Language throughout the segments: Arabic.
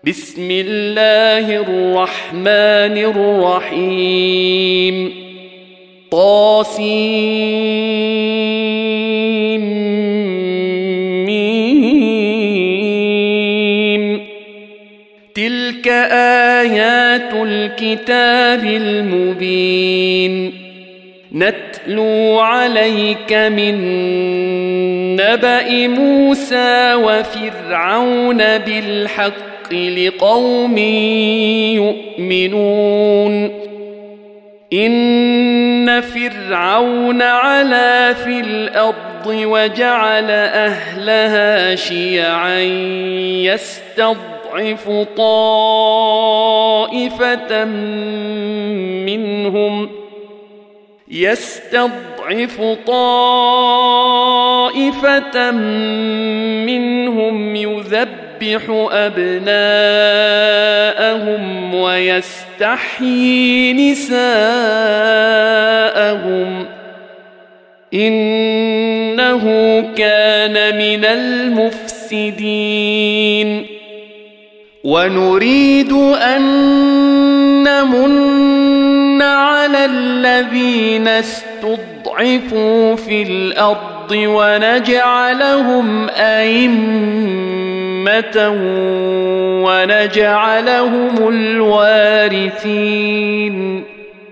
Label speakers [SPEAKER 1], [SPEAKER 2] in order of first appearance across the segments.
[SPEAKER 1] بسم الله الرحمن الرحيم طاسيم تلك آيات الكتاب المبين نتلو عليك من نبأ موسى وفرعون بالحق لقوم يؤمنون إن فرعون علا في الأرض وجعل أهلها شيعا يستضعف طائفة منهم يذبح أبناءهم ويستحيي نساءهم إنه كان من المفسدين ونريد أن نمن على الذين استضعفوا في الأرض ونجعلهم أئمة ونجعلهم الوارثين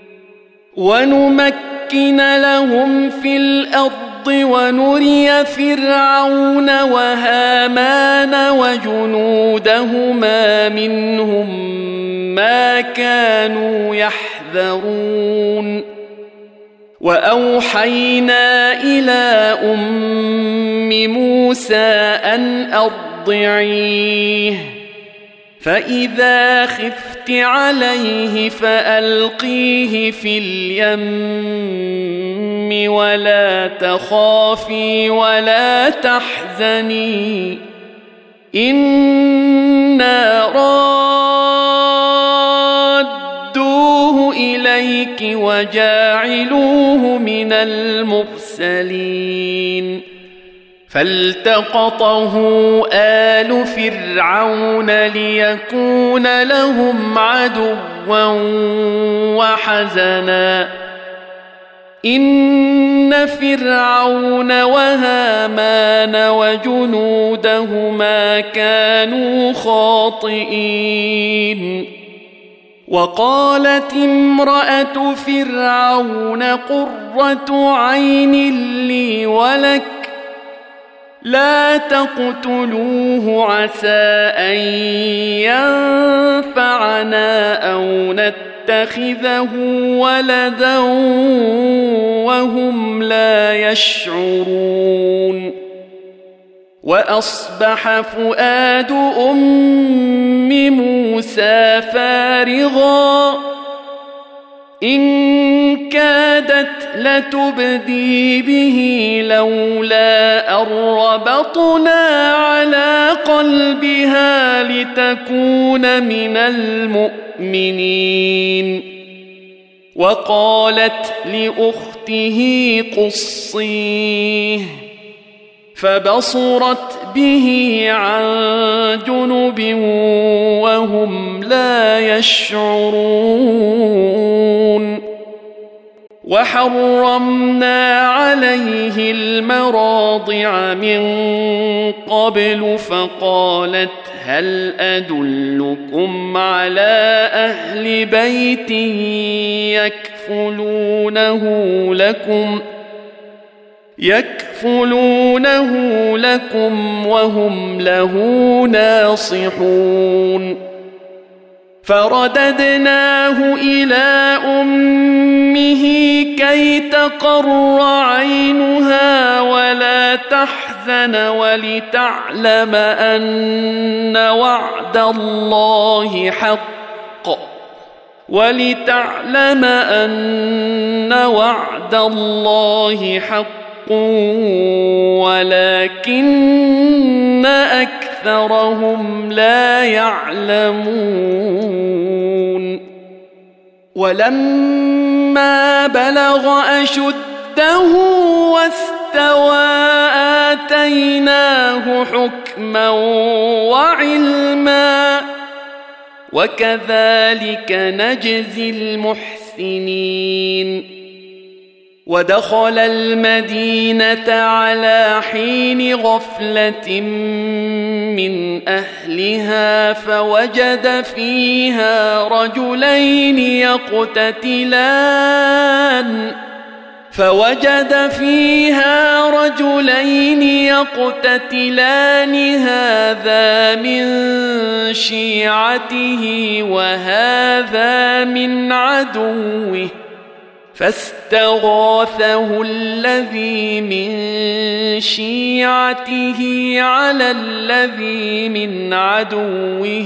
[SPEAKER 1] ونمكن لهم في الأرض ونري فرعون وهامان وجنودهما منهم ما كانوا يحذرون وأوحينا إلى أم موسى أن أرضعيه فإذا خفت عليه فألقيه في اليم ولا تخافي ولا تحزني إنا رادوه إليك وجاعلوه من المرسلين فالتقطه آل فرعون ليكون لهم عدوا وحزنا إن فرعون وهامان وجنودهما كانوا خاطئين وقالت امرأة فرعون قرة عين لي ولك لا تقتلوه عسى أن ينفعنا أو نتخذه ولدا وهم لا يشعرون وأصبح فؤاد أم موسى فارغا إن كادت لتبدي به لولا أن ربطنا على قلبها لتكون من المؤمنين وقالت لأخته قصيه فبصرت به عن جنب وهم لا يشعرون وحرمنا عليه المراضع من قبل فقالت هل أدلكم على أهل بيت يكفلونه لكم وهم له ناصحون فرددناه إلى أمه كي تقر عينها ولا تحزن ولتعلم أن وعد الله حق ولكن أكثرهم لا يعلمون ولما بلغ أشده واستوى آتيناه حكما وعلما وكذلك نجزي المحسنين. ودخل المدينة على حين غفلة من أهلها فوجد فيها رجلين يقتتلان هذا من شيعته وهذا من عدوه فاستغاثه الذي من شيعته على الذي من عدوه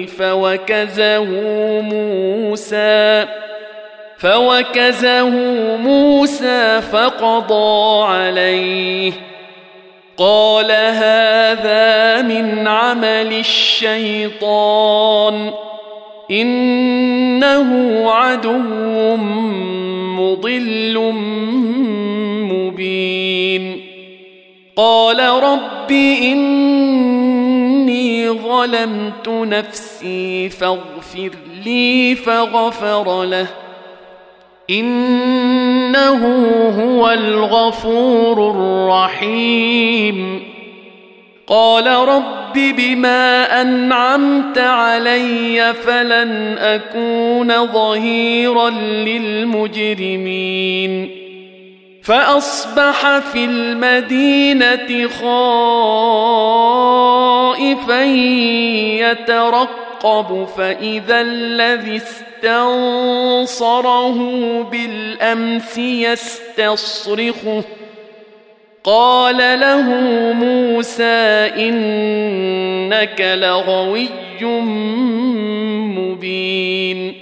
[SPEAKER 1] فوكزه موسى فقضى عليه قال هذا من عمل الشيطان إنه عدو مضل مبين. قال رب إني ظلمت نفسي فاغفر لي فغفر له إنه هو الغفور الرحيم. قال رب بما أنعمت علي فلن أكون ظهيرا للمجرمين. فأصبح في المدينة خائفا يترقب فإذا الذي استنصره بالأمس يستصرخه قال له موسى إنك لغوي مبين.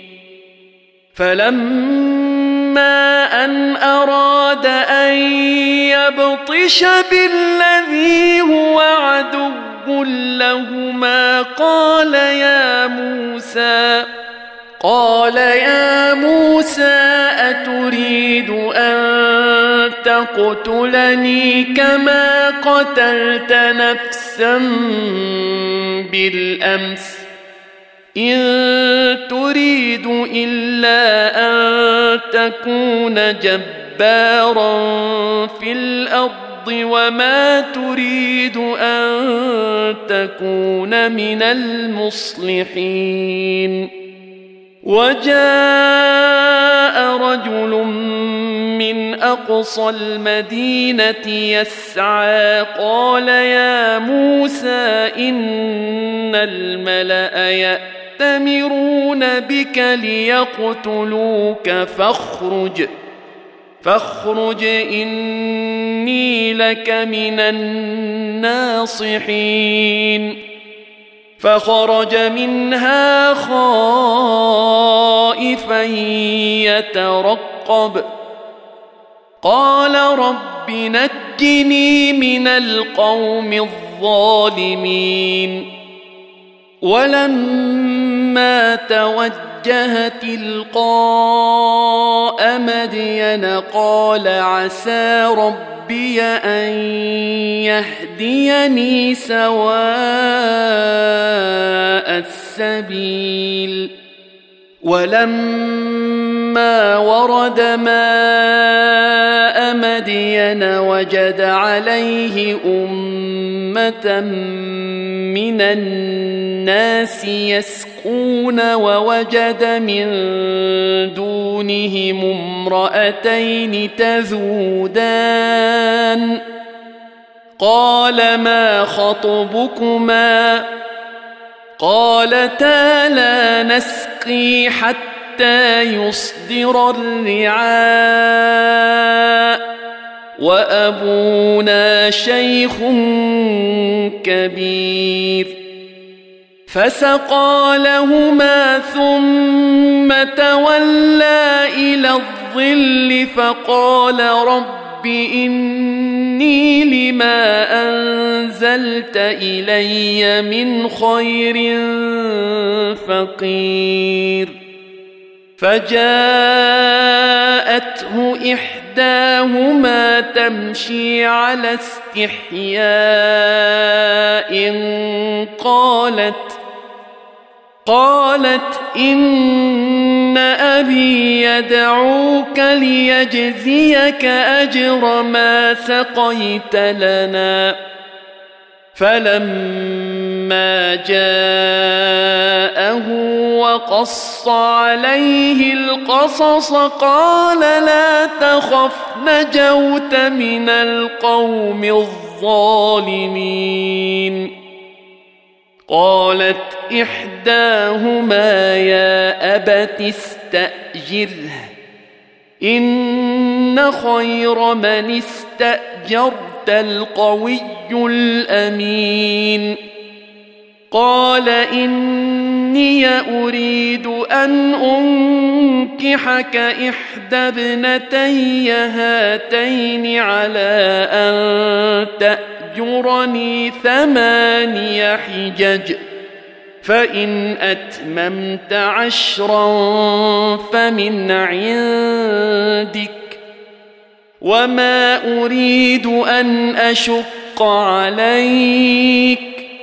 [SPEAKER 1] فلما أن أراد أن يبطش بالذي هو عدو لهما قال يا موسى أتريد أن تقتلني كما قتلت نفسا بالأمس إن تريد إلا أن تكون جبارا في الأرض وما تريد أن تكون من المصلحين. وجاء رجل من أقصى المدينة يسعى قال يا موسى إن الملأ يأتمرون بك ليقتلوك فاخرج إني لك من الناصحين. فخرج منها خائفا يترقب قال رب نجني من القوم الظالمين. ولما توجه تلقاء مدين قال عسى ربي أن يهديني سواء السبيل. ولما ورد ماء مدين وجد عليه أمة من الناس يسقون ووجد من دونهم امرأتين تذودان قال ما خطبكما قالتا لا نسقي حتى يصدر الرعاء وأبونا شيخ كبير. فسقى لهما ثم تولى إلى الظل فقال رب إني لما أنزلت إلي من خير فقير. فجاءته إحداهما تمشي على استحياء قالت إن أبي يدعوك ليجزيك أجر ما سقيت لنا. فلما جاءه وقص عليه القصص قال لا تخف نجوت من القوم الظالمين. قالت إحداهما يا أبت استأجره إن خير من استأجرت القوي الأمين. قال إني أريد أن أنكحك إحدى ابنتي هاتين على أن تأجرني 8 حجج فإن أتممت 10 فمن عندك وما أريد أن أشق عليك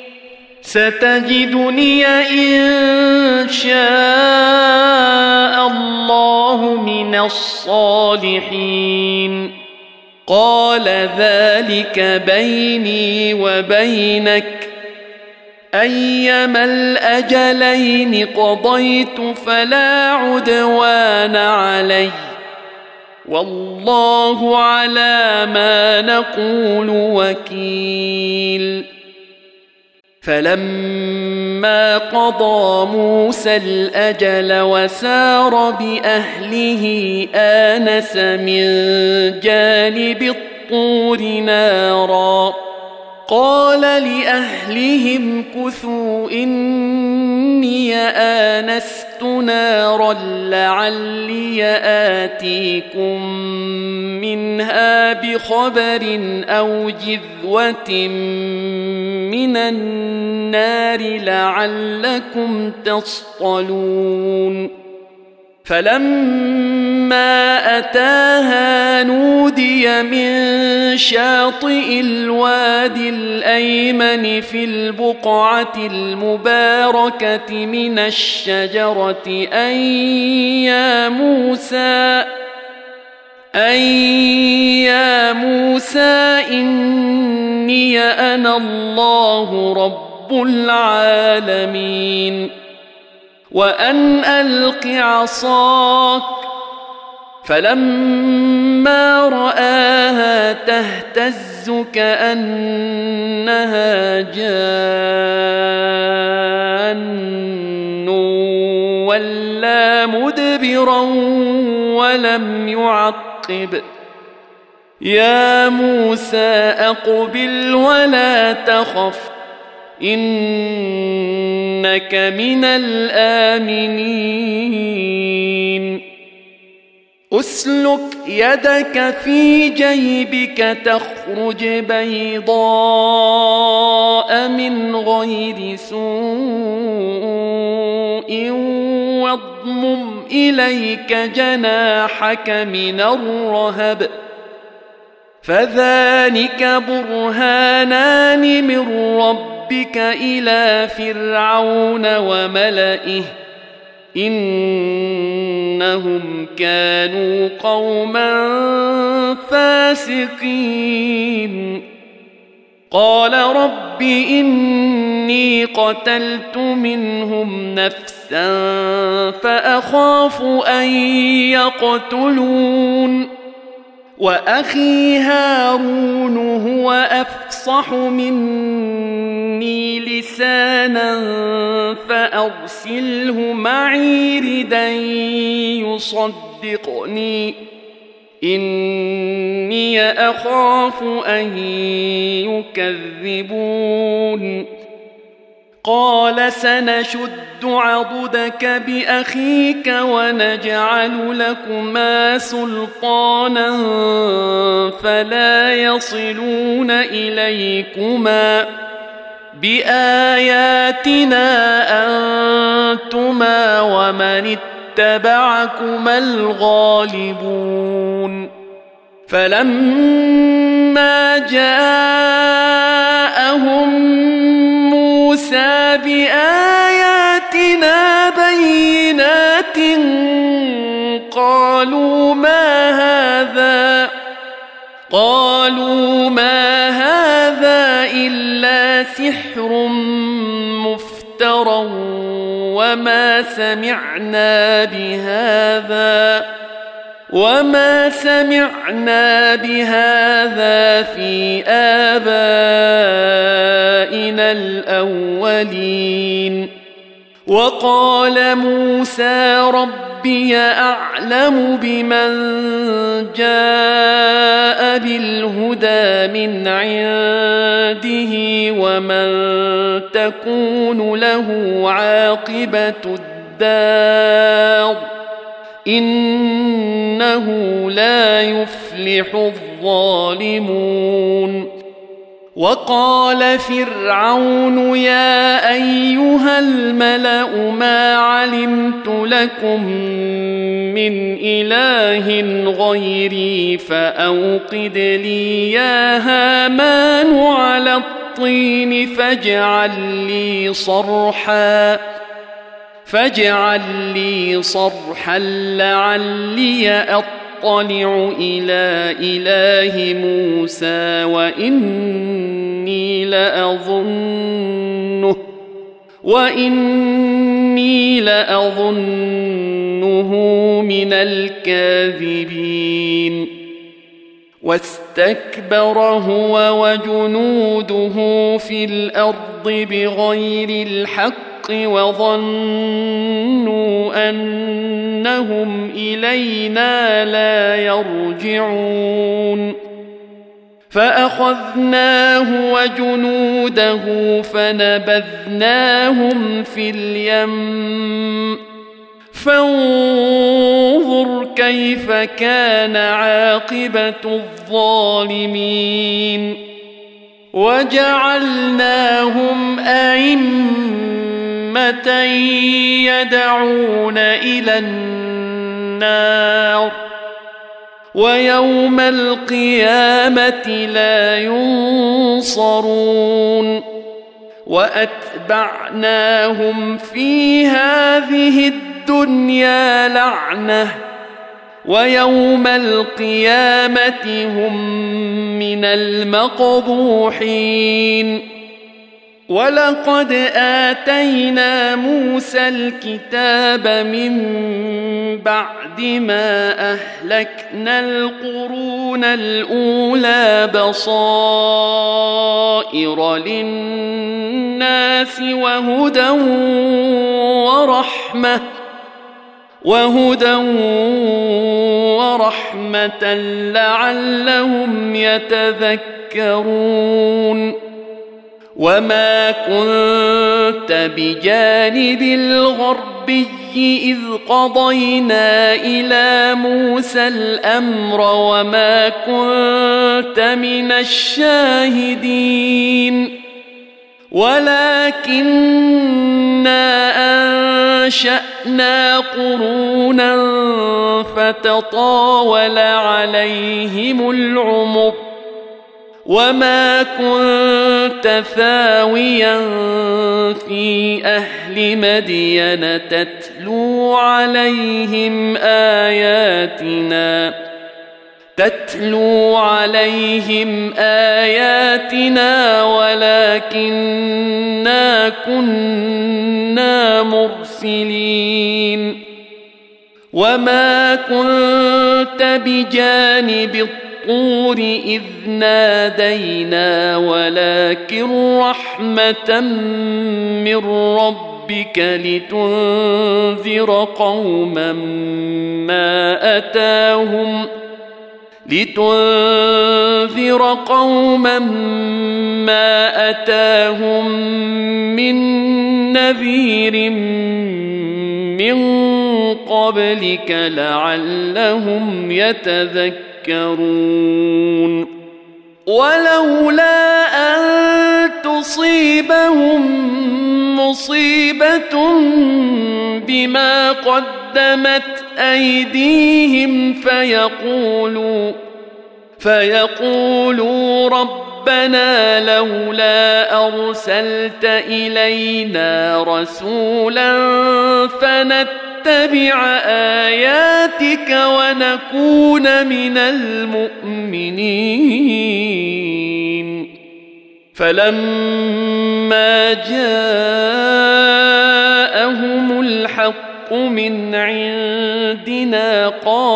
[SPEAKER 1] ستجدني إن شاء الله من الصالحين. قال ذلك بيني وبينك أيما الأجلين قضيت فلا عدوان علي والله على ما نقول وكيل. فلما قضى موسى الأجل وسار بأهله آنس من جانب الطور نارا قال لأهلهم كثوا إني آنست نارا لعلي آتيكم منها بخبر أو جذوة من النار لعلكم تصطلون. فلما أتاها نودي من شاطئ الوادي الأيمن في البقعة المباركة من الشجرة أن يا موسى إني أنا الله رب العالمين وأن ألق عصاك. فلما رآها تهتز كأنها جان ولا مدبرا ولم يعقب. يا موسى أقبل ولا تخف إنك من الآمنين. أسلك يدك في جيبك تخرج بيضاء من غير سوء واضمم إليك جناحك من الرهب فذلك برهانان من ربك إلى فرعون وملئه إنهم كانوا قوما فاسقين. قال رب إني قتلت منهم نفسا فأخاف أن يقتلون وأخي هارون هو أفصح مني لسانا فأرسله معي ردا يصدقني إني أخاف أن يكذبون. قال سنشد عضدك بأخيك ونجعل لكما سلطانا فلا يصلون إليكما بآياتنا أنتما ومن اتبعكما الغالبون. فلما جاءهم موسى بآياتنا قالوا ما هذا إلا سحر مفترى وما سمعنا بهذا في آبائنا الأولين. وقال موسى ربي أعلم بمن جاء بالهدى من عنده ومن تكون له عاقبة الدار إنه لا يفلح الظالمون. وقال فرعون يا أيها الملأ ما علمت لكم من إله غيري فأوقد لي يا هامان على الطين فاجعل لي صرحا لعلي أطلع إلى إله موسى وإني لأظنه من الكاذبين. واستكبر هو وجنوده في الأرض بغير الحق وظنوا أنهم إلينا لا يرجعون. فأخذناه وجنوده فنبذناهم في اليم فانظر كيف كان عاقبة الظالمين. وجعلناهم أئمة يدعون إلى النار ويوم القيامة لا ينصرون. وأتبعناهم في هذه الدنيا لعنة ويوم القيامة هم من المقبوحين. ولقد آتينا موسى الكتاب من بعد ما أهلكنا القرون الأولى بصائر للناس وهدى ورحمة لعلهم يتذكرون. وما كنت بجانب الغربي إذ قضينا إلى موسى الأمر وما كنت من الشاهدين ولكننا أنشأنا قرونا فتطاول عليهم العمر وما كنت ثاويا في أهل مدين تتلو عليهم آياتنا ولكننا كنا مرسلين. وما كنت بجانب الطور إذ نادينا ولكن رحمة من ربك لتنذر قوما ما أتاهم من نذير من قبلك لعلهم يتذكرون. ولولا أن تصيبهم مصيبة بما قدمت أيديهم فيقولوا ربنا لولا أرسلت إلينا رسولا فنتبع نتبع آياتك ونكون من المؤمنين فلما جاءهم الحق من عندنا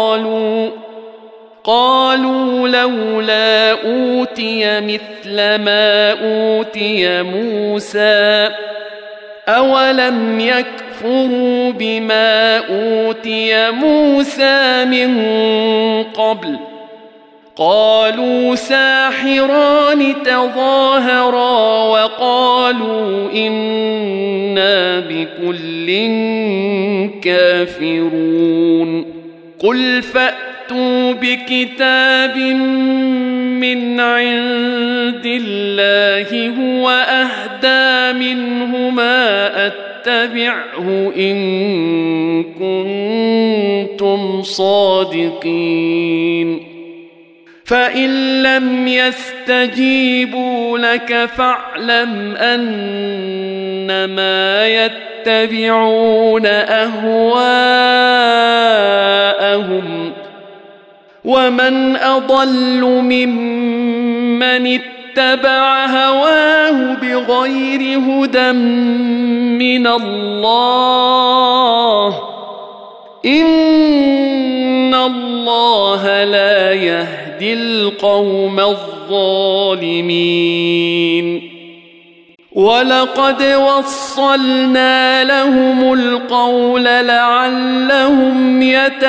[SPEAKER 1] قالوا لولا أوتي مثل ما أوتي موسى أولم يكفروا بما أوتي موسى من قبل قالوا ساحران تظاهرا وقالوا إنا بكل كافرون قل فأتوا بكتاب من عند الله هو أهدى منهما أتبعه إن كنتم صادقين فإن لم يستجيبوا لك فاعلم أنما يتبعون أهواءهم ومن أضل ممن اتبع هواه بغير هدى من الله إن الله لا يهدي القوم الظالمين ولقد وصلنا لهم القول لعلهم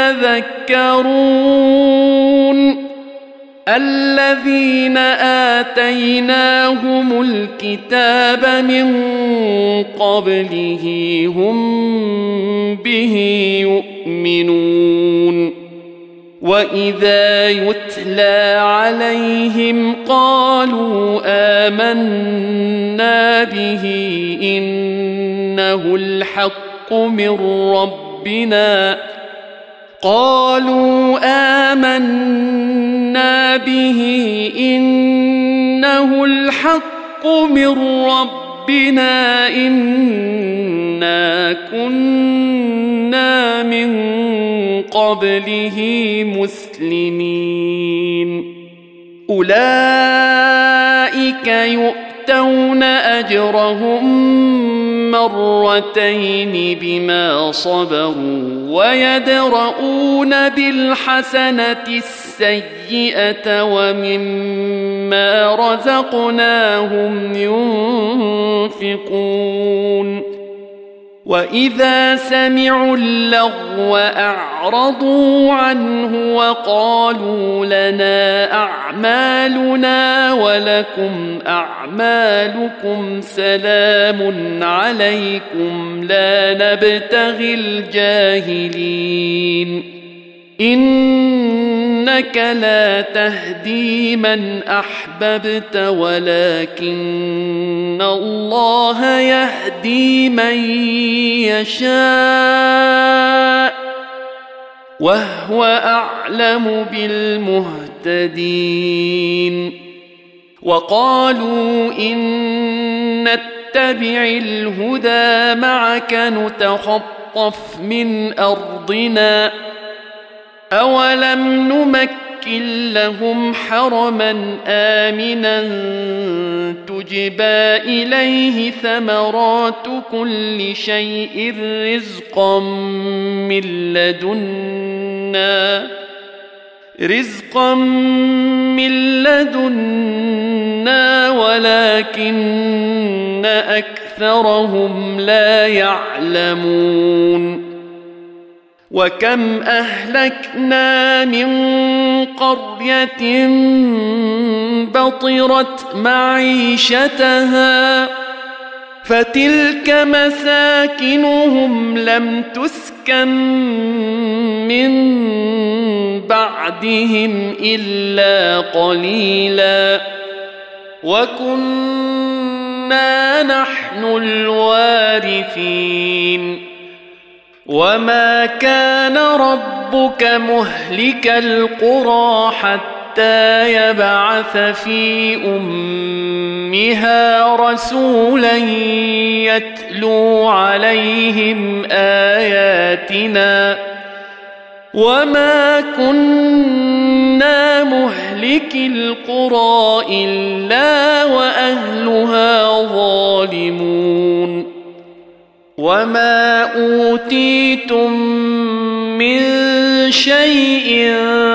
[SPEAKER 1] يتذكرون الذين آتيناهم الكتاب من قبله هم به يؤمنون وإذا يتلى عليهم قالوا آمنا به إنه الحق من ربنا إنا كنا من قبله مسلمين أولئك يؤتون أجرهم مرتين بما صبروا ويدرؤون بالحسنة السيئة ومما رزقناهم ينفقون وإذا سمعوا اللغو أعرضوا عنه وقالوا لنا أعمالنا ولكم أعمالكم سلام عليكم لا نبتغي الجاهلين إنك لا تهدي من أحببت ولكن الله يهدي من يشاء وهو أعلم بالمهتدين وقالوا إن نتبع الهدى معك نتخطف من أرضنا أولم نمكن لهم حرما آمنا تجبى إليه ثمرات كل شيء رزقا من لدنا ولكن أكثرهم لا يعلمون وكم أهلكنا من قرية بطرت معيشتها فتلك مساكنهم لم تسكن من بعدهم إلا قليلا وكنا نحن الوارثين وما كان ربك مهلك القرى حتى يبعث في أمها رسولا يتلو عليهم آياتنا وما كنا مهلك القرى إلا وأهلها ظالمون وما أوتيتم من شيء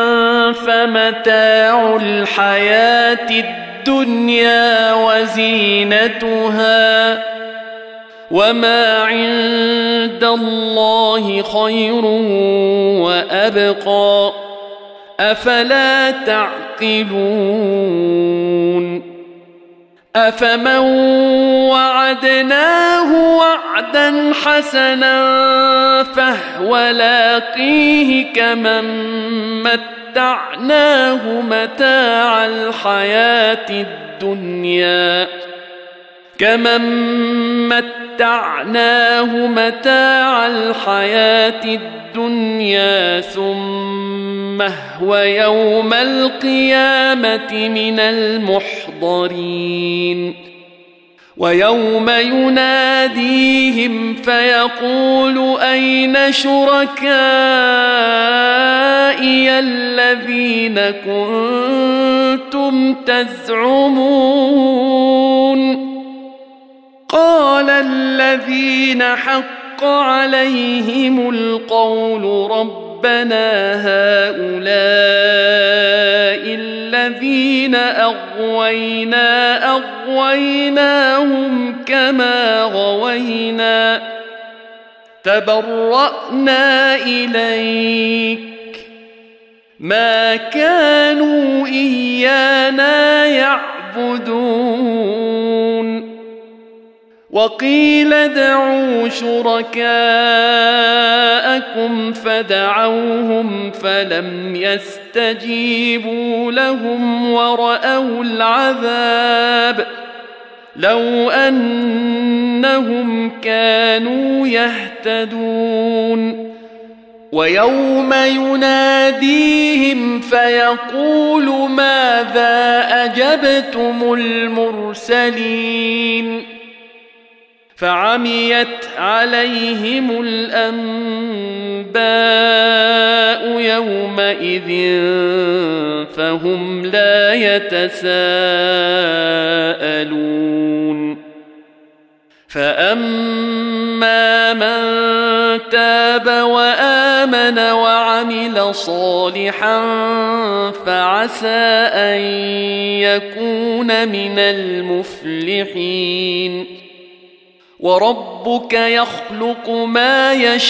[SPEAKER 1] فمتاع الحياة الدنيا وزينتها وما عند الله خير وأبقى أفلا تعقلون أفمن وعدناه وعدا حسنا فهو لاقيه كمن متعناه متاع الحياة الدنيا ثم هو يوم القيامة من المحضرين ويوم يناديهم فيقول أين شركائي الذين كنتم تزعمون قال الذين حق عليهم القول ربنا هؤلاء الذين أغويناهم كما غوينا تبرأنا إليك ما كانوا إيانا يعبدون وقيل ادعوا شركاءكم فدعوهم فلم يستجيبوا لهم ورأوا العذاب لو أنهم كانوا يهتدون ويوم يناديهم فيقول ماذا أجبتم المرسلين فعميت عليهم الأنباء يومئذ فهم لا يتساءلون فأما من تاب وآمن وعمل صالحا فعسى أن يكون من المفلحين وربك يخلق ما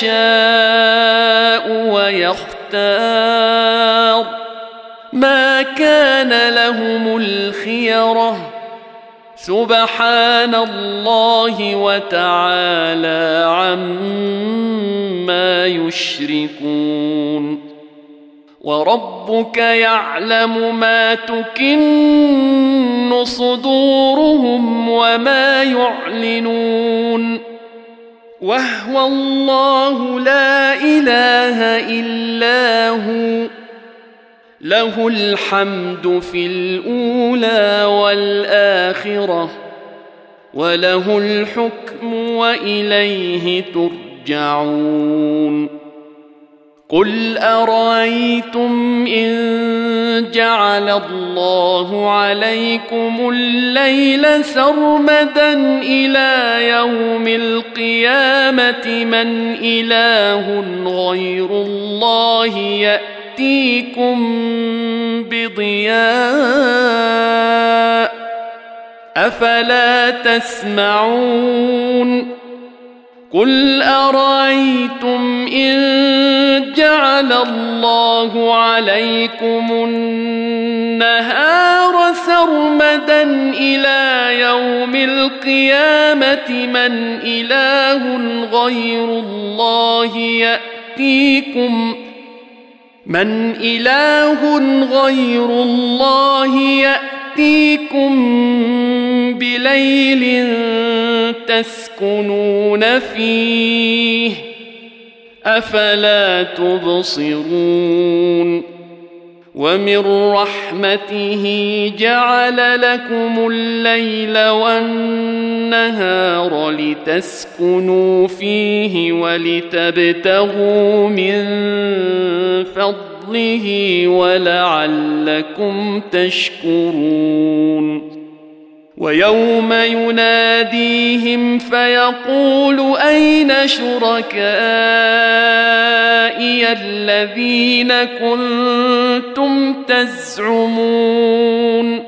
[SPEAKER 1] يشاء ويختار ما كان لهم الخيرة سبحان الله وتعالى عما يشركون وربك يعلم ما تكن صدورهم وما يعلنون وهو الله لا إله إلا هو له الحمد في الأولى والآخرة وله الحكم وإليه ترجعون قل أرأيتم إن جعل الله عليكم الليل سرمدا إلى يوم القيامة من إله غير الله يأتيكم بضياء أفلا تسمعون قل أرأيتم إن جعل الله عليكم النهار سرمدا إلى يوم القيامة من إله غير الله يأتيكم بليل تسكنون فيه أفلا تبصرون ومن رحمته جعل لكم الليل والنهار لتسكنوا فيه ولتبتغوا من فضله ولعلكم تشكرون ويوم يناديهم فيقول أين شركائي الذين كنتم تزعمون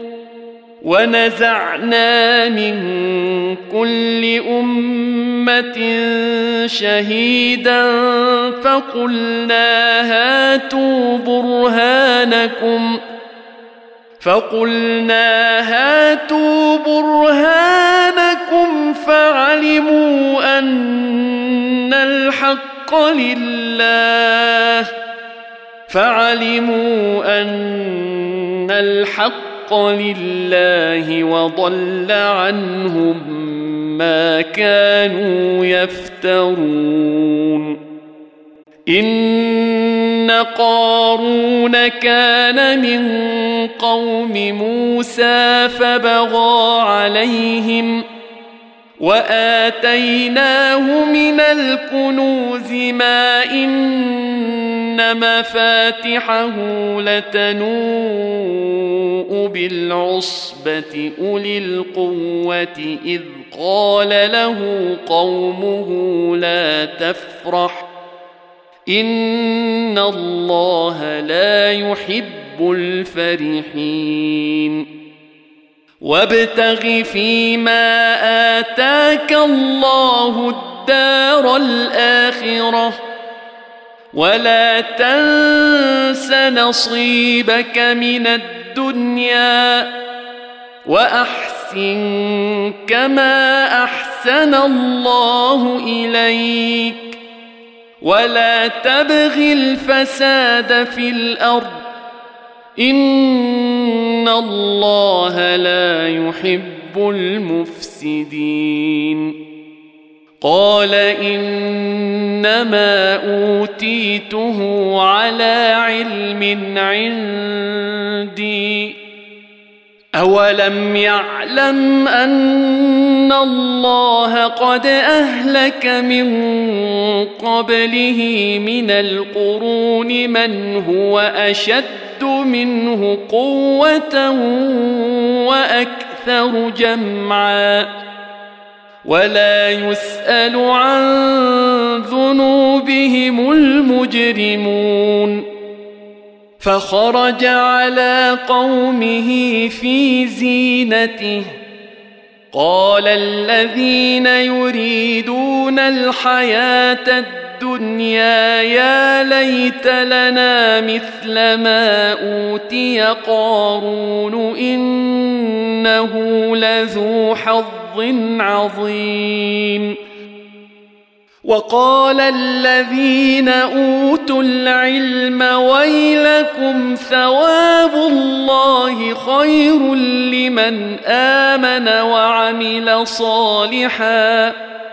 [SPEAKER 1] ونزعنا من كل أمة شهيدا فقلنا هاتوا برهانكم فعلموا أن الحق لله وضل عنهم ما كانوا يفترون إن قارون كان من قوم موسى فبغى عليهم وآتيناه من الكنوز ما إن مفاتحه لتنوء بالعصبة أولي القوة إذ قال له قومه لا تفرح إن الله لا يحب الفرحين وابتغ فيما آتاك الله الدار الآخرة ولا تنس نصيبك من الدنيا وأحسن كما أحسن الله إليك ولا تبغ الفساد في الأرض إن الله لا يحب المفسدين قال إنما أوتيته على علم عندي أولم يعلم أن الله قد أهلك من قبله من القرون من هو أشد منه قوة وأكثر جمعا ولا يسأل عن ذنوبهم المجرمون فخرج على قومه في زينته قال الذين يريدون الحياة الدنيا يا ليت لنا مثل ما أوتي قارون إنه لذو حظ عظيم وقال الذين أوتوا العلم ويلكم ثواب الله خير لمن آمن وعمل صالحا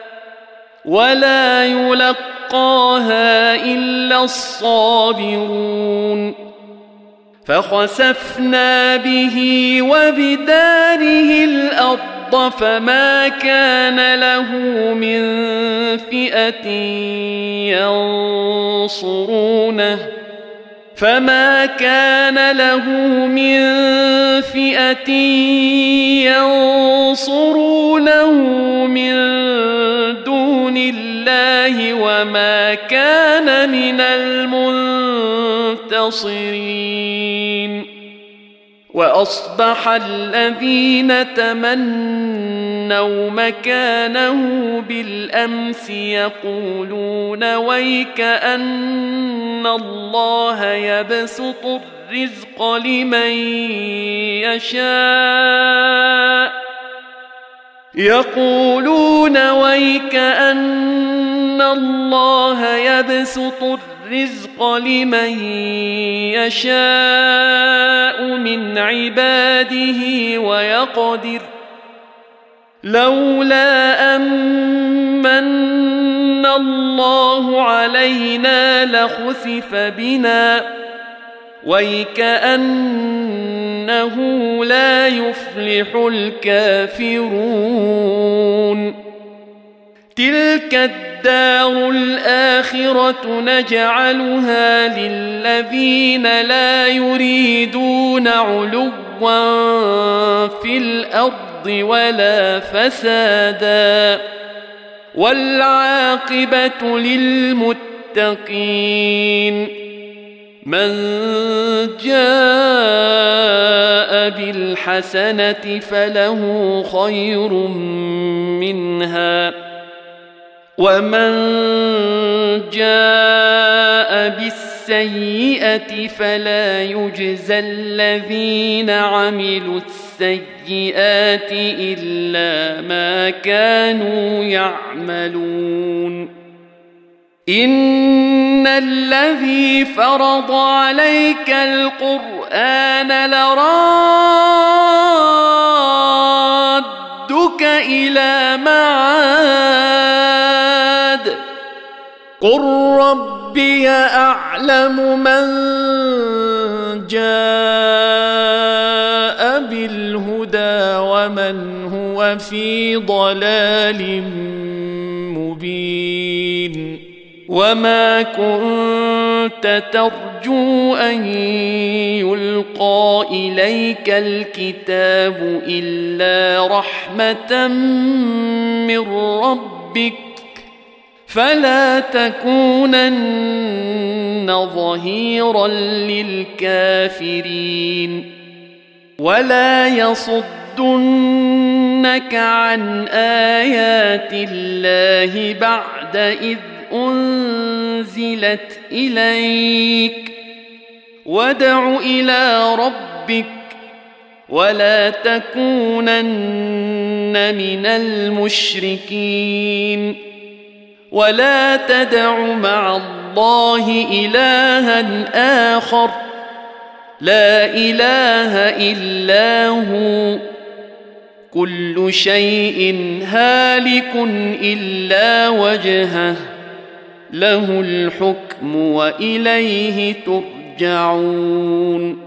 [SPEAKER 1] ولا يلقاها إلا الصابرون فخسفنا به وبداره الأرض فما كان له من فئة ينصرونه من دون الله وما كان من المنتصرين وأصبح الذين تمنوا مكانه بالأمس يقولون ويك أن الله يبسط الرزق لمن يشاء من عباده ويقدر لولا أمن الله علينا لخسف بنا ويكأنه لا يفلح الكافرون تلك الدار الآخرة نجعلها للذين لا يريدون علوا في الأرض ولا فسادا والعاقبة للمتقين من جاء بالحسنة فله خير منها ومن جاء بالسيئة فلا يجزى الذين عملوا السيئات إلا ما كانوا يعملون إن الذي فرض عليك القرآن لرادك إلى معاد قل ربي أعلم من جاء بالهدى ومن هو في ضلال مبين وما كنت ترجو أن يلقى إليك الكتاب إلا رحمة من ربك فلا تكونن ظهيرا للكافرين ولا يصدنك عن آيات الله بعد إذ أنزلت إليك وادع إلى ربك ولا تكونن من المشركين ولا تدع مع الله إلها آخر لا إله إلا هو كل شيء هالك إلا وجهه له الحكم وإليه ترجعون